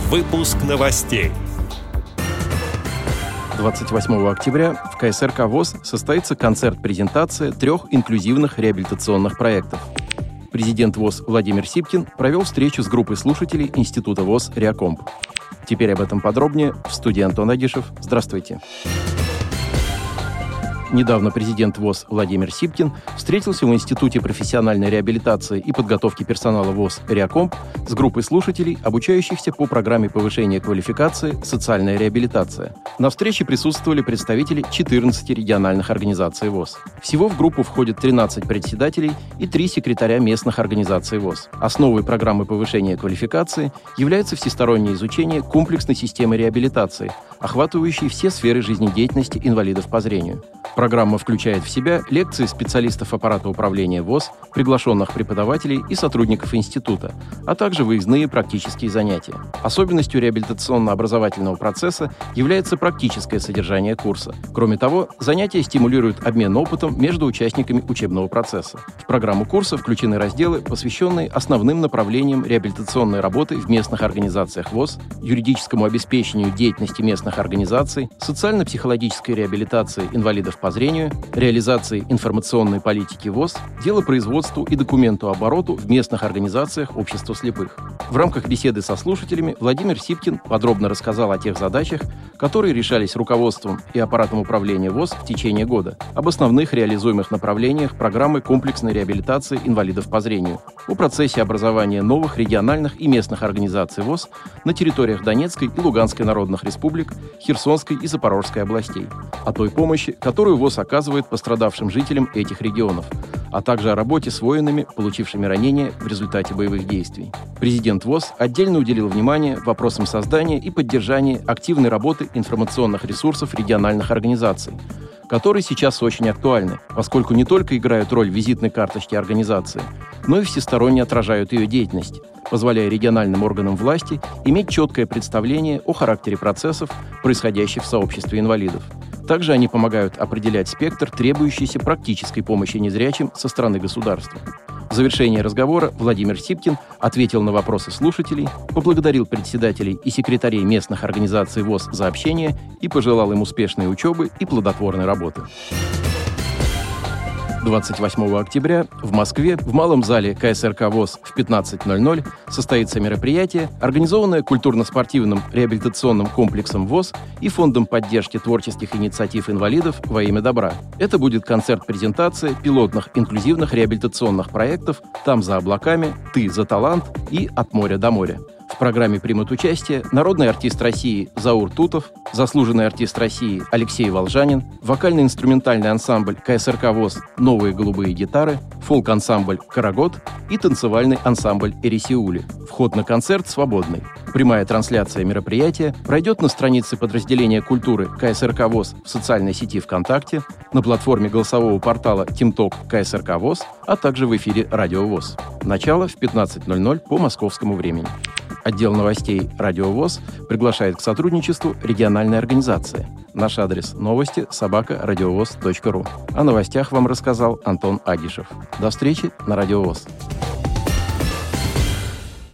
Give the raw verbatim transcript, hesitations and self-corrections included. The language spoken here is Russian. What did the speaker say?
Выпуск новостей. двадцать восьмого октября в ка эс эр ка ВОС состоится концерт-презентация трех инклюзивных реабилитационных проектов. Президент ВОС Владимир Сипкин провел встречу с группой слушателей Института ВОС «Реакомп». Теперь об этом подробнее. В студии Антон Агишев. Здравствуйте. Недавно президент ВОС Владимир Сипкин встретился в Институте профессиональной реабилитации и подготовки персонала ВОС «Реакомп» с группой слушателей, обучающихся по программе повышения квалификации «Социальная реабилитация». На встрече присутствовали представители четырнадцати региональных организаций ВОС. Всего в группу входят тринадцать председателей и три секретаря местных организаций ВОС. Основой программы повышения квалификации является всестороннее изучение комплексной системы реабилитации, охватывающей все сферы жизнедеятельности инвалидов по зрению. Программа включает в себя лекции специалистов аппарата управления ВОС, приглашенных преподавателей и сотрудников института, а также выездные практические занятия. Особенностью реабилитационно-образовательного процесса является практическое содержание курса. Кроме того, занятия стимулируют обмен опытом между участниками учебного процесса. В программу курса включены разделы, посвященные основным направлениям реабилитационной работы в местных организациях ВОС, юридическому обеспечению деятельности местных организаций, социально-психологической реабилитации инвалидов по зрению, реализации информационной политики ВОС, делопроизводству и документообороту в местных организациях общества слепых. В рамках беседы со слушателями Владимир Сипкин подробно рассказал о тех задачах, которые решались руководством и аппаратом управления ВОС в течение года, об основных реализуемых направлениях программы комплексной реабилитации инвалидов по зрению, о процессе образования новых региональных и местных организаций ВОС на территориях Донецкой и Луганской народных республик, Херсонской и Запорожской областей, о той помощи, которую ВОС оказывает пострадавшим жителям этих регионов, а также о работе с воинами, получившими ранения в результате боевых действий. Президент ВОС отдельно уделил внимание вопросам создания и поддержания активной работы информационных ресурсов региональных организаций, которые сейчас очень актуальны, поскольку не только играют роль визитной карточки организации, но и всесторонне отражают ее деятельность, позволяя региональным органам власти иметь четкое представление о характере процессов, происходящих в сообществе инвалидов. Также они помогают определять спектр требующейся практической помощи незрячим со стороны государства. В завершении разговора Владимир Сипкин ответил на вопросы слушателей, поблагодарил председателей и секретарей местных организаций ВОС за общение и пожелал им успешной учебы и плодотворной работы. двадцать восьмого октября в Москве в Малом зале ка эс эр ка ВОС в пятнадцать ноль ноль состоится мероприятие, организованное культурно-спортивным реабилитационным комплексом ВОС и Фондом поддержки творческих инициатив инвалидов во имя добра. Это будет концерт-презентация пилотных инклюзивных реабилитационных проектов «Там за облаками», «Ты за талант» и «От моря до моря». В программе примут участие народный артист России Заур Тутов, заслуженный артист России Алексей Волжанин, вокально-инструментальный ансамбль ка эс эр ка ВОС «Новые голубые гитары», фолк-ансамбль «Карагод» и танцевальный ансамбль «Эрисиули». Вход на концерт свободный. Прямая трансляция мероприятия пройдет на странице подразделения культуры ка эс эр ка ВОС в социальной сети ВКонтакте, на платформе голосового портала ТимТок ка эс эр ка ВОС, а также в эфире Радио ВОС. Начало в пятнадцать ноль ноль по московскому времени. Отдел новостей Радио ВОС приглашает к сотрудничеству региональной организации. Наш адрес новости собака радиовоз точка ру. О новостях вам рассказал Антон Агишев. До встречи на Радио ВОС.